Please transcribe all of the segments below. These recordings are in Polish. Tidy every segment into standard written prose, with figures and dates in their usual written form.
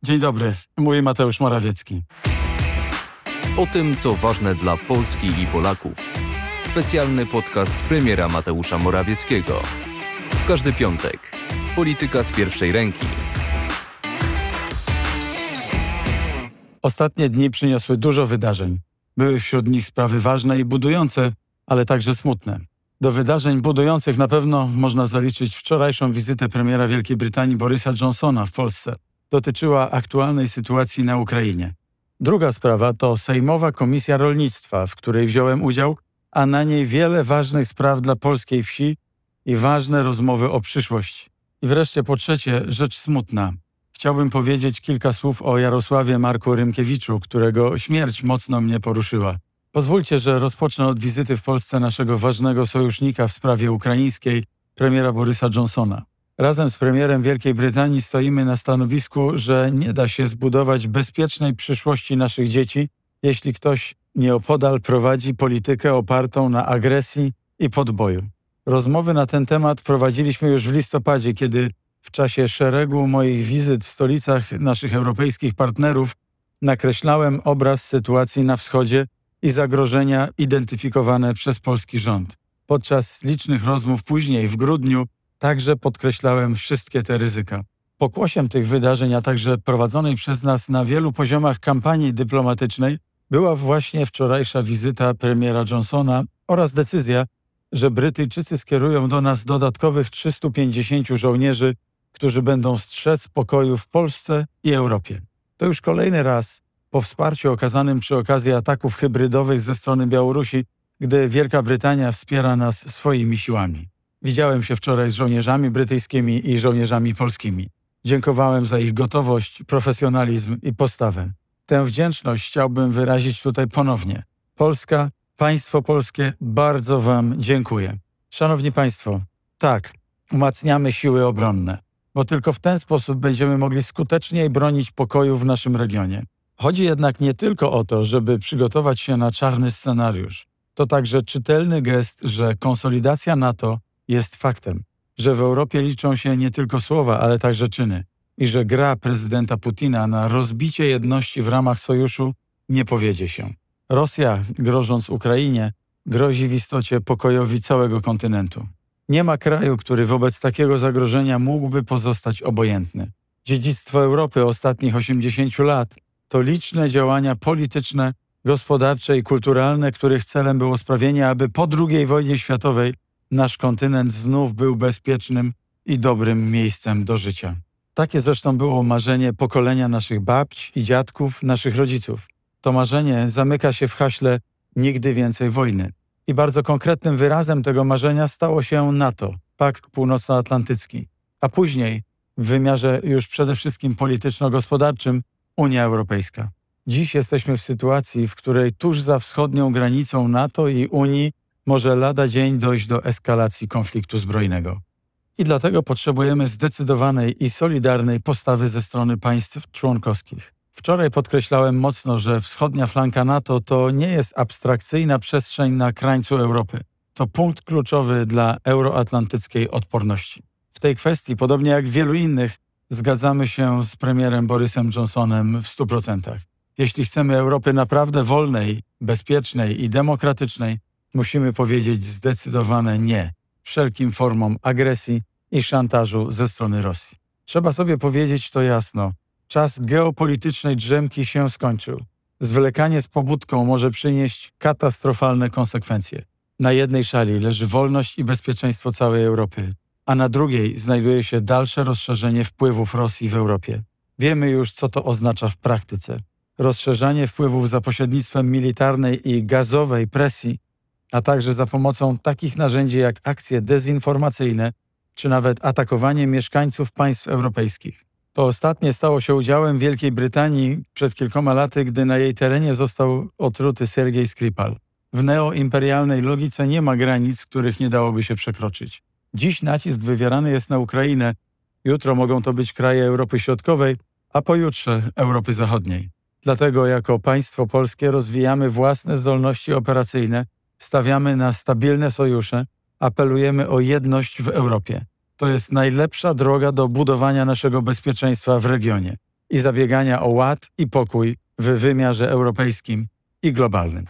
Dzień dobry, mówi Mateusz Morawiecki. O tym, co ważne dla Polski i Polaków. Specjalny podcast premiera Mateusza Morawieckiego. W każdy piątek. Polityka z pierwszej ręki. Ostatnie dni przyniosły dużo wydarzeń. Były wśród nich sprawy ważne i budujące, ale także smutne. Do wydarzeń budujących na pewno można zaliczyć wczorajszą wizytę premiera Wielkiej Brytanii Borysa Johnsona w Polsce. Dotyczyła aktualnej sytuacji na Ukrainie. Druga sprawa to Sejmowa Komisja Rolnictwa, w której wziąłem udział, a na niej wiele ważnych spraw dla polskiej wsi i ważne rozmowy o przyszłości. I wreszcie po trzecie, rzecz smutna. Chciałbym powiedzieć kilka słów o Jarosławie Marku Rymkiewiczu, którego śmierć mocno mnie poruszyła. Pozwólcie, że rozpocznę od wizyty w Polsce naszego ważnego sojusznika w sprawie ukraińskiej, premiera Borysa Johnsona. Razem z premierem Wielkiej Brytanii stoimy na stanowisku, że nie da się zbudować bezpiecznej przyszłości naszych dzieci, jeśli ktoś nieopodal prowadzi politykę opartą na agresji i podboju. Rozmowy na ten temat prowadziliśmy już w listopadzie, kiedy w czasie szeregu moich wizyt w stolicach naszych europejskich partnerów nakreślałem obraz sytuacji na wschodzie i zagrożenia identyfikowane przez polski rząd. Podczas licznych rozmów później, w grudniu, także podkreślałem wszystkie te ryzyka. Pokłosiem tych wydarzeń, a także prowadzonej przez nas na wielu poziomach kampanii dyplomatycznej była właśnie wczorajsza wizyta premiera Johnsona oraz decyzja, że Brytyjczycy skierują do nas dodatkowych 350 żołnierzy, którzy będą strzec pokoju w Polsce i Europie. To już kolejny raz po wsparciu okazanym przy okazji ataków hybrydowych ze strony Białorusi, gdy Wielka Brytania wspiera nas swoimi siłami. Widziałem się wczoraj z żołnierzami brytyjskimi i żołnierzami polskimi. Dziękowałem za ich gotowość, profesjonalizm i postawę. Tę wdzięczność chciałbym wyrazić tutaj ponownie. Polska, państwo polskie, bardzo Wam dziękuję. Szanowni Państwo, tak, umacniamy siły obronne, bo tylko w ten sposób będziemy mogli skuteczniej bronić pokoju w naszym regionie. Chodzi jednak nie tylko o to, żeby przygotować się na czarny scenariusz. To także czytelny gest, że konsolidacja NATO jest faktem, że w Europie liczą się nie tylko słowa, ale także czyny i że gra prezydenta Putina na rozbicie jedności w ramach sojuszu nie powiedzie się. Rosja, grożąc Ukrainie, grozi w istocie pokojowi całego kontynentu. Nie ma kraju, który wobec takiego zagrożenia mógłby pozostać obojętny. Dziedzictwo Europy ostatnich 80 lat to liczne działania polityczne, gospodarcze i kulturalne, których celem było sprawienie, aby po II wojnie światowej nasz kontynent znów był bezpiecznym i dobrym miejscem do życia. Takie zresztą było marzenie pokolenia naszych babć i dziadków, naszych rodziców. To marzenie zamyka się w haśle „Nigdy więcej wojny”. I bardzo konkretnym wyrazem tego marzenia stało się NATO, Pakt Północnoatlantycki, a później w wymiarze już przede wszystkim polityczno-gospodarczym Unia Europejska. Dziś jesteśmy w sytuacji, w której tuż za wschodnią granicą NATO i Unii może lada dzień dojść do eskalacji konfliktu zbrojnego. I dlatego potrzebujemy zdecydowanej i solidarnej postawy ze strony państw członkowskich. Wczoraj podkreślałem mocno, że wschodnia flanka NATO to nie jest abstrakcyjna przestrzeń na krańcu Europy. To punkt kluczowy dla euroatlantyckiej odporności. W tej kwestii, podobnie jak w wielu innych, zgadzamy się z premierem Borysem Johnsonem w 100%. Jeśli chcemy Europy naprawdę wolnej, bezpiecznej i demokratycznej, musimy powiedzieć zdecydowane nie wszelkim formom agresji i szantażu ze strony Rosji. Trzeba sobie powiedzieć to jasno. Czas geopolitycznej drzemki się skończył. Zwlekanie z pobudką może przynieść katastrofalne konsekwencje. Na jednej szali leży wolność i bezpieczeństwo całej Europy, a na drugiej znajduje się dalsze rozszerzenie wpływów Rosji w Europie. Wiemy już, co to oznacza w praktyce. Rozszerzanie wpływów za pośrednictwem militarnej i gazowej presji, a także za pomocą takich narzędzi jak akcje dezinformacyjne, czy nawet atakowanie mieszkańców państw europejskich. To ostatnie stało się udziałem Wielkiej Brytanii przed kilkoma laty, gdy na jej terenie został otruty Sergiej Skripal. W neoimperialnej logice nie ma granic, których nie dałoby się przekroczyć. Dziś nacisk wywierany jest na Ukrainę, jutro mogą to być kraje Europy Środkowej, a pojutrze Europy Zachodniej. Dlatego jako państwo polskie rozwijamy własne zdolności operacyjne, stawiamy na stabilne sojusze, apelujemy o jedność w Europie. To jest najlepsza droga do budowania naszego bezpieczeństwa w regionie. i zabiegania o ład i pokój w wymiarze europejskim i globalnym.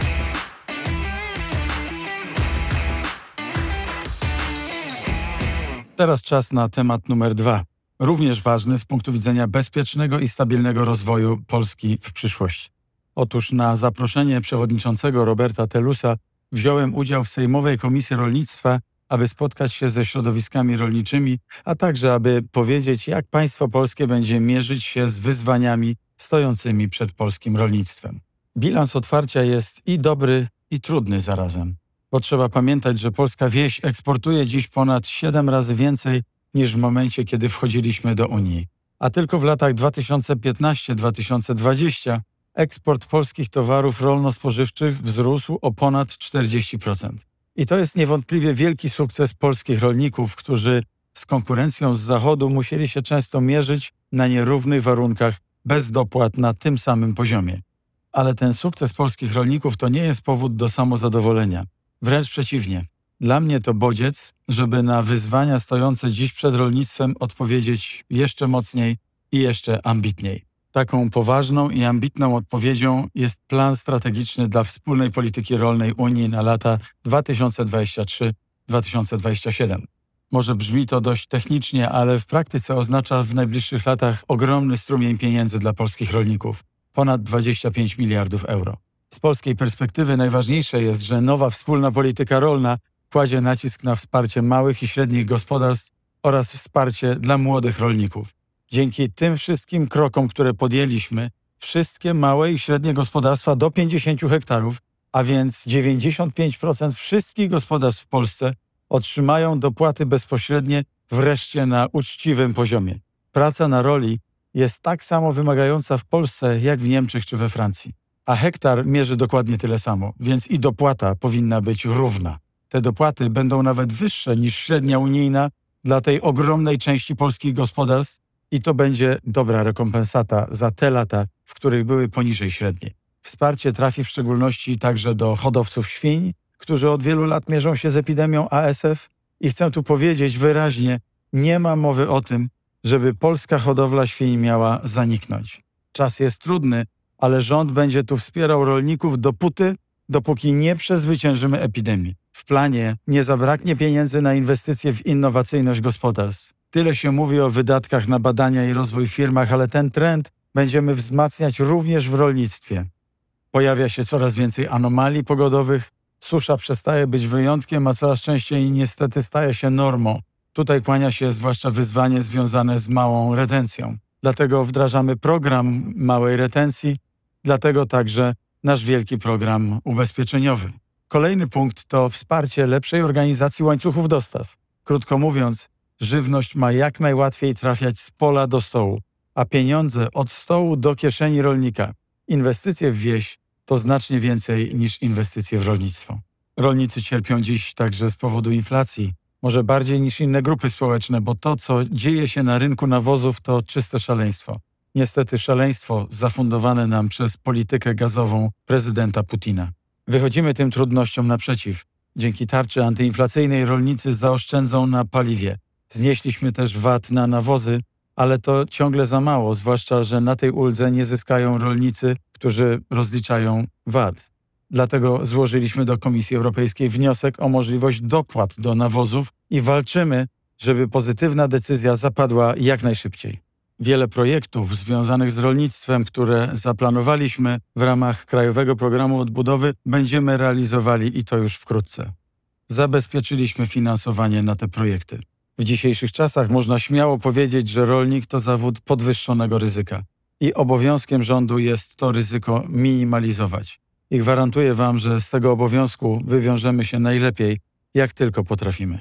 Teraz czas na temat numer 2, również ważny z punktu widzenia bezpiecznego i stabilnego rozwoju Polski w przyszłości. Otóż na zaproszenie przewodniczącego Roberta Telusa wziąłem udział w Sejmowej Komisji Rolnictwa, aby spotkać się ze środowiskami rolniczymi, a także aby powiedzieć, jak państwo polskie będzie mierzyć się z wyzwaniami stojącymi przed polskim rolnictwem. Bilans otwarcia jest i dobry, i trudny zarazem, bo trzeba pamiętać, że polska wieś eksportuje dziś ponad 7 razy więcej niż w momencie, kiedy wchodziliśmy do Unii. A tylko w latach 2015-2020 eksport polskich towarów rolno-spożywczych wzrósł o ponad 40%. I to jest niewątpliwie wielki sukces polskich rolników, którzy z konkurencją z Zachodu musieli się często mierzyć na nierównych warunkach, bez dopłat na tym samym poziomie. Ale ten sukces polskich rolników to nie jest powód do samozadowolenia. Wręcz przeciwnie. Dla mnie to bodziec, żeby na wyzwania stojące dziś przed rolnictwem odpowiedzieć jeszcze mocniej i jeszcze ambitniej. Taką poważną i ambitną odpowiedzią jest plan strategiczny dla wspólnej polityki rolnej Unii na lata 2023-2027. Może brzmi to dość technicznie, ale w praktyce oznacza w najbliższych latach ogromny strumień pieniędzy dla polskich rolników. Ponad 25 miliardów euro. Z polskiej perspektywy najważniejsze jest, że nowa wspólna polityka rolna kładzie nacisk na wsparcie małych i średnich gospodarstw oraz wsparcie dla młodych rolników. Dzięki tym wszystkim krokom, które podjęliśmy, wszystkie małe i średnie gospodarstwa do 50 hektarów, a więc 95% wszystkich gospodarstw w Polsce, otrzymają dopłaty bezpośrednie wreszcie na uczciwym poziomie. Praca na roli jest tak samo wymagająca w Polsce, jak w Niemczech czy we Francji. A hektar mierzy dokładnie tyle samo, więc i dopłata powinna być równa. Te dopłaty będą nawet wyższe niż średnia unijna dla tej ogromnej części polskich gospodarstw i to będzie dobra rekompensata za te lata, w których były poniżej średniej. Wsparcie trafi w szczególności także do hodowców świń, którzy od wielu lat mierzą się z epidemią ASF i chcę tu powiedzieć wyraźnie, nie ma mowy o tym, żeby polska hodowla świń miała zaniknąć. Czas jest trudny, ale rząd będzie tu wspierał rolników dopóki nie przezwyciężymy epidemii. W planie nie zabraknie pieniędzy na inwestycje w innowacyjność gospodarstw. Tyle się mówi o wydatkach na badania i rozwój w firmach, ale ten trend będziemy wzmacniać również w rolnictwie. Pojawia się coraz więcej anomalii pogodowych, susza przestaje być wyjątkiem, a coraz częściej niestety staje się normą. Tutaj kłania się zwłaszcza wyzwanie związane z małą retencją. Dlatego wdrażamy program małej retencji, dlatego także nasz wielki program ubezpieczeniowy. Kolejny punkt to wsparcie lepszej organizacji łańcuchów dostaw. Krótko mówiąc, żywność ma jak najłatwiej trafiać z pola do stołu, a pieniądze od stołu do kieszeni rolnika. Inwestycje w wieś to znacznie więcej niż inwestycje w rolnictwo. Rolnicy cierpią dziś także z powodu inflacji, może bardziej niż inne grupy społeczne, bo to, co dzieje się na rynku nawozów, to czyste szaleństwo. Niestety szaleństwo zafundowane nam przez politykę gazową prezydenta Putina. Wychodzimy tym trudnościom naprzeciw. Dzięki tarczy antyinflacyjnej rolnicy zaoszczędzą na paliwie. Znieśliśmy też VAT na nawozy, ale to ciągle za mało, zwłaszcza, że na tej uldze nie zyskają rolnicy, którzy rozliczają VAT. Dlatego złożyliśmy do Komisji Europejskiej wniosek o możliwość dopłat do nawozów i walczymy, żeby pozytywna decyzja zapadła jak najszybciej. Wiele projektów związanych z rolnictwem, które zaplanowaliśmy w ramach Krajowego Programu Odbudowy, będziemy realizowali i to już wkrótce. Zabezpieczyliśmy finansowanie na te projekty. W dzisiejszych czasach można śmiało powiedzieć, że rolnik to zawód podwyższonego ryzyka i obowiązkiem rządu jest to ryzyko minimalizować. I gwarantuję Wam, że z tego obowiązku wywiążemy się najlepiej, jak tylko potrafimy.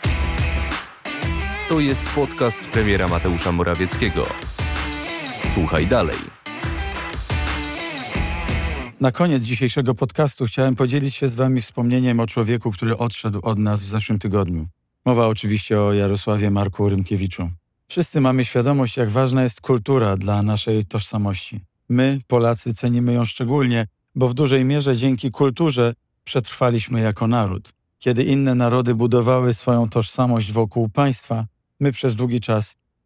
To jest podcast premiera Mateusza Morawieckiego. Słuchaj dalej. Na koniec dzisiejszego podcastu chciałem podzielić się z Wami wspomnieniem o człowieku, który odszedł od nas w zeszłym tygodniu. Mowa oczywiście o Jarosławie Marku Rymkiewiczu. Wszyscy mamy świadomość, jak ważna jest kultura dla naszej tożsamości. My, Polacy, cenimy ją szczególnie, bo w dużej mierze dzięki kulturze przetrwaliśmy jako naród. Kiedy inne narody budowały swoją tożsamość wokół państwa, my przez długi czas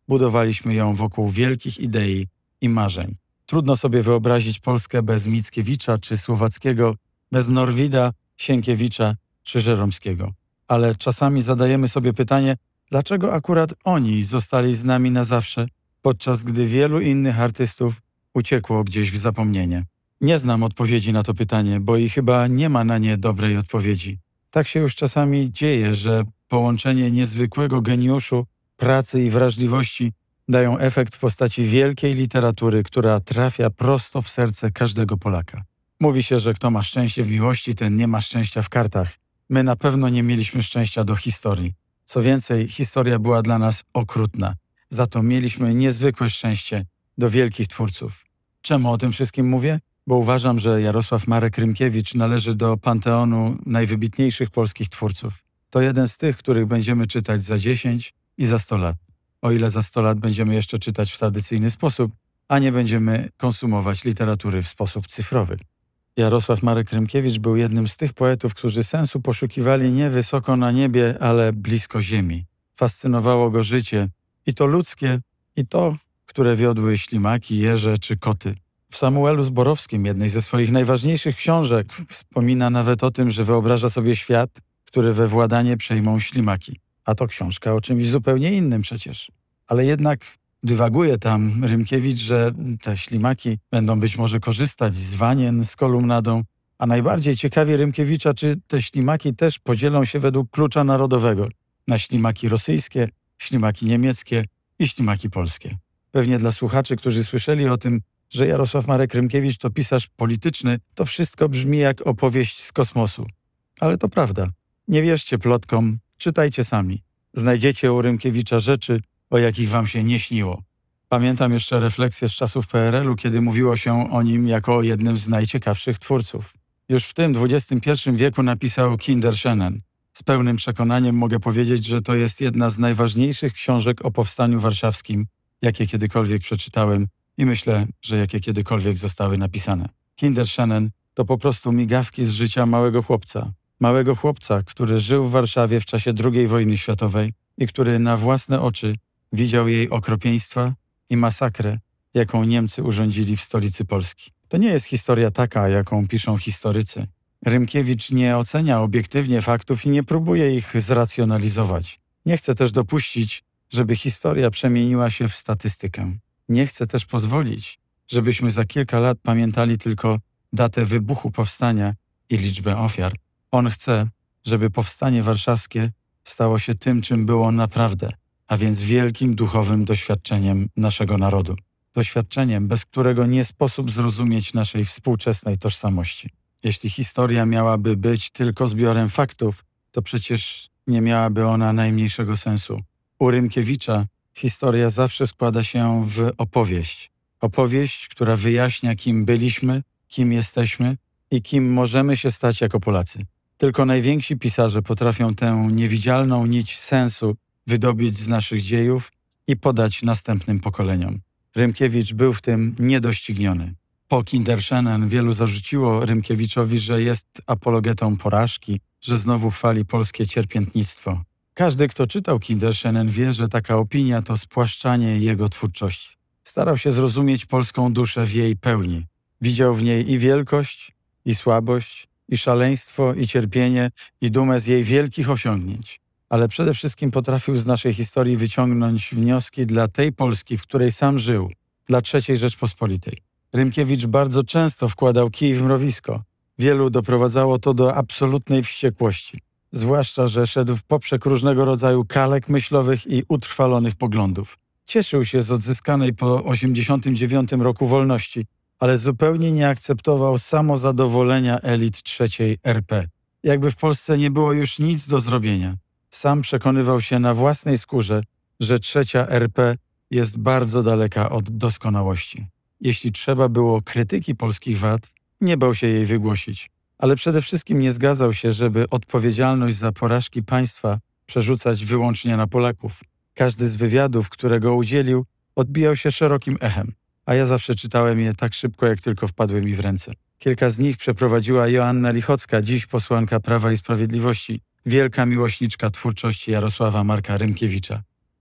Budowaliśmy ją wokół wielkich idei i marzeń. Trudno sobie wyobrazić Polskę bez Mickiewicza czy Słowackiego, bez Norwida, Sienkiewicza czy Żeromskiego. Ale czasami zadajemy sobie pytanie, dlaczego akurat oni zostali z nami na zawsze, podczas gdy wielu innych artystów uciekło gdzieś w zapomnienie. Nie znam odpowiedzi na to pytanie, bo i chyba nie ma na nie dobrej odpowiedzi. Tak się już czasami dzieje, że połączenie niezwykłego geniuszu, pracy i wrażliwości dają efekt w postaci wielkiej literatury, która trafia prosto w serce każdego Polaka. Mówi się, że kto ma szczęście w miłości, ten nie ma szczęścia w kartach. My na pewno nie mieliśmy szczęścia do historii. Co więcej, historia była dla nas okrutna. Za to mieliśmy niezwykłe szczęście do wielkich twórców. Czemu o tym wszystkim mówię? Bo uważam, że Jarosław Marek Rymkiewicz należy do panteonu najwybitniejszych polskich twórców. To jeden z tych, których będziemy czytać za 10 i za 100 lat. O ile za 100 lat będziemy jeszcze czytać w tradycyjny sposób, a nie będziemy konsumować literatury w sposób cyfrowy. Jarosław Marek Rymkiewicz był jednym z tych poetów, którzy sensu poszukiwali nie wysoko na niebie, ale blisko ziemi. Fascynowało go życie, i to ludzkie, i to, które wiodły ślimaki, jeże czy koty. W Samuelu Zborowskim, jednej ze swoich najważniejszych książek, wspomina nawet o tym, że wyobraża sobie świat, który we władanie przejmą ślimaki. A to książka o czymś zupełnie innym przecież. Ale jednak dywaguje tam Rymkiewicz, że te ślimaki będą być może korzystać z wanien, z kolumnadą, a najbardziej ciekawi Rymkiewicza, czy te ślimaki też podzielą się według klucza narodowego na ślimaki rosyjskie, ślimaki niemieckie i ślimaki polskie. Pewnie dla słuchaczy, którzy słyszeli o tym, że Jarosław Marek Rymkiewicz to pisarz polityczny, to wszystko brzmi jak opowieść z kosmosu. Ale to prawda. Nie wierzcie plotkom, czytajcie sami. Znajdziecie u Rymkiewicza rzeczy, o jakich wam się nie śniło. Pamiętam jeszcze refleksję z czasów PRL-u, kiedy mówiło się o nim jako o jednym z najciekawszych twórców. Już w tym XXI wieku napisał Kinderszenen. Z pełnym przekonaniem mogę powiedzieć, że to jest jedna z najważniejszych książek o powstaniu warszawskim, jakie kiedykolwiek przeczytałem i myślę, że jakie kiedykolwiek zostały napisane. Kinderszenen to po prostu migawki z życia małego chłopca. Małego chłopca, który żył w Warszawie w czasie II wojny światowej i który na własne oczy widział jej okropieństwa i masakrę, jaką Niemcy urządzili w stolicy Polski. To nie jest historia taka, jaką piszą historycy. Rymkiewicz nie ocenia obiektywnie faktów i nie próbuje ich zracjonalizować. Nie chce też dopuścić, żeby historia przemieniła się w statystykę. Nie chce też pozwolić, żebyśmy za kilka lat pamiętali tylko datę wybuchu powstania i liczbę ofiar. On chce, żeby powstanie warszawskie stało się tym, czym było naprawdę, a więc wielkim duchowym doświadczeniem naszego narodu. Doświadczeniem, bez którego nie sposób zrozumieć naszej współczesnej tożsamości. Jeśli historia miałaby być tylko zbiorem faktów, to przecież nie miałaby ona najmniejszego sensu. U Rymkiewicza historia zawsze składa się w opowieść. Opowieść, która wyjaśnia, kim byliśmy, kim jesteśmy i kim możemy się stać jako Polacy. Tylko najwięksi pisarze potrafią tę niewidzialną nić sensu wydobyć z naszych dziejów i podać następnym pokoleniom. Rymkiewicz był w tym niedościgniony. Po Kinderszenen wielu zarzuciło Rymkiewiczowi, że jest apologetą porażki, że znowu chwali polskie cierpiętnictwo. Każdy, kto czytał Kinderszenen, wie, że taka opinia to spłaszczanie jego twórczości. Starał się zrozumieć polską duszę w jej pełni. Widział w niej i wielkość, i słabość, i szaleństwo, i cierpienie, i dumę z jej wielkich osiągnięć. Ale przede wszystkim potrafił z naszej historii wyciągnąć wnioski dla tej Polski, w której sam żył, dla III Rzeczpospolitej. Rymkiewicz bardzo często wkładał kij w mrowisko. Wielu doprowadzało to do absolutnej wściekłości. Zwłaszcza, że szedł w poprzek różnego rodzaju kalek myślowych i utrwalonych poglądów. Cieszył się z odzyskanej po 1989 roku wolności, ale zupełnie nie akceptował samozadowolenia elit III RP. Jakby w Polsce nie było już nic do zrobienia. Sam przekonywał się na własnej skórze, że trzecia RP jest bardzo daleka od doskonałości. Jeśli trzeba było krytyki polskich wad, nie bał się jej wygłosić. Ale przede wszystkim nie zgadzał się, żeby odpowiedzialność za porażki państwa przerzucać wyłącznie na Polaków. Każdy z wywiadów, którego udzielił, odbijał się szerokim echem, a ja zawsze czytałem je tak szybko, jak tylko wpadły mi w ręce. Kilka z nich przeprowadziła Joanna Lichocka, dziś posłanka Prawa i Sprawiedliwości, wielka miłośniczka twórczości Jarosława Marka Rymkiewicza.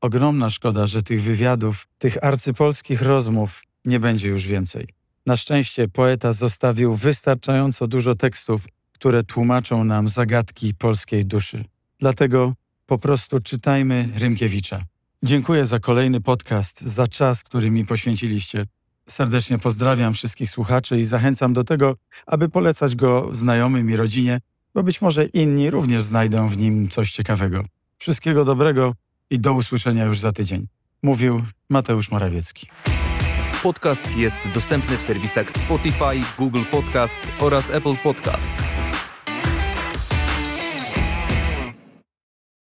Ogromna szkoda, że tych wywiadów, tych arcypolskich rozmów nie będzie już więcej. Na szczęście poeta zostawił wystarczająco dużo tekstów, które tłumaczą nam zagadki polskiej duszy. Dlatego po prostu czytajmy Rymkiewicza. Dziękuję za kolejny podcast, za czas, który mi poświęciliście. Serdecznie pozdrawiam wszystkich słuchaczy i zachęcam do tego, aby polecać go znajomym i rodzinie, bo być może inni również znajdą w nim coś ciekawego. Wszystkiego dobrego i do usłyszenia już za tydzień. Mówił Mateusz Morawiecki. Podcast jest dostępny w serwisach Spotify, Google Podcast oraz Apple Podcast.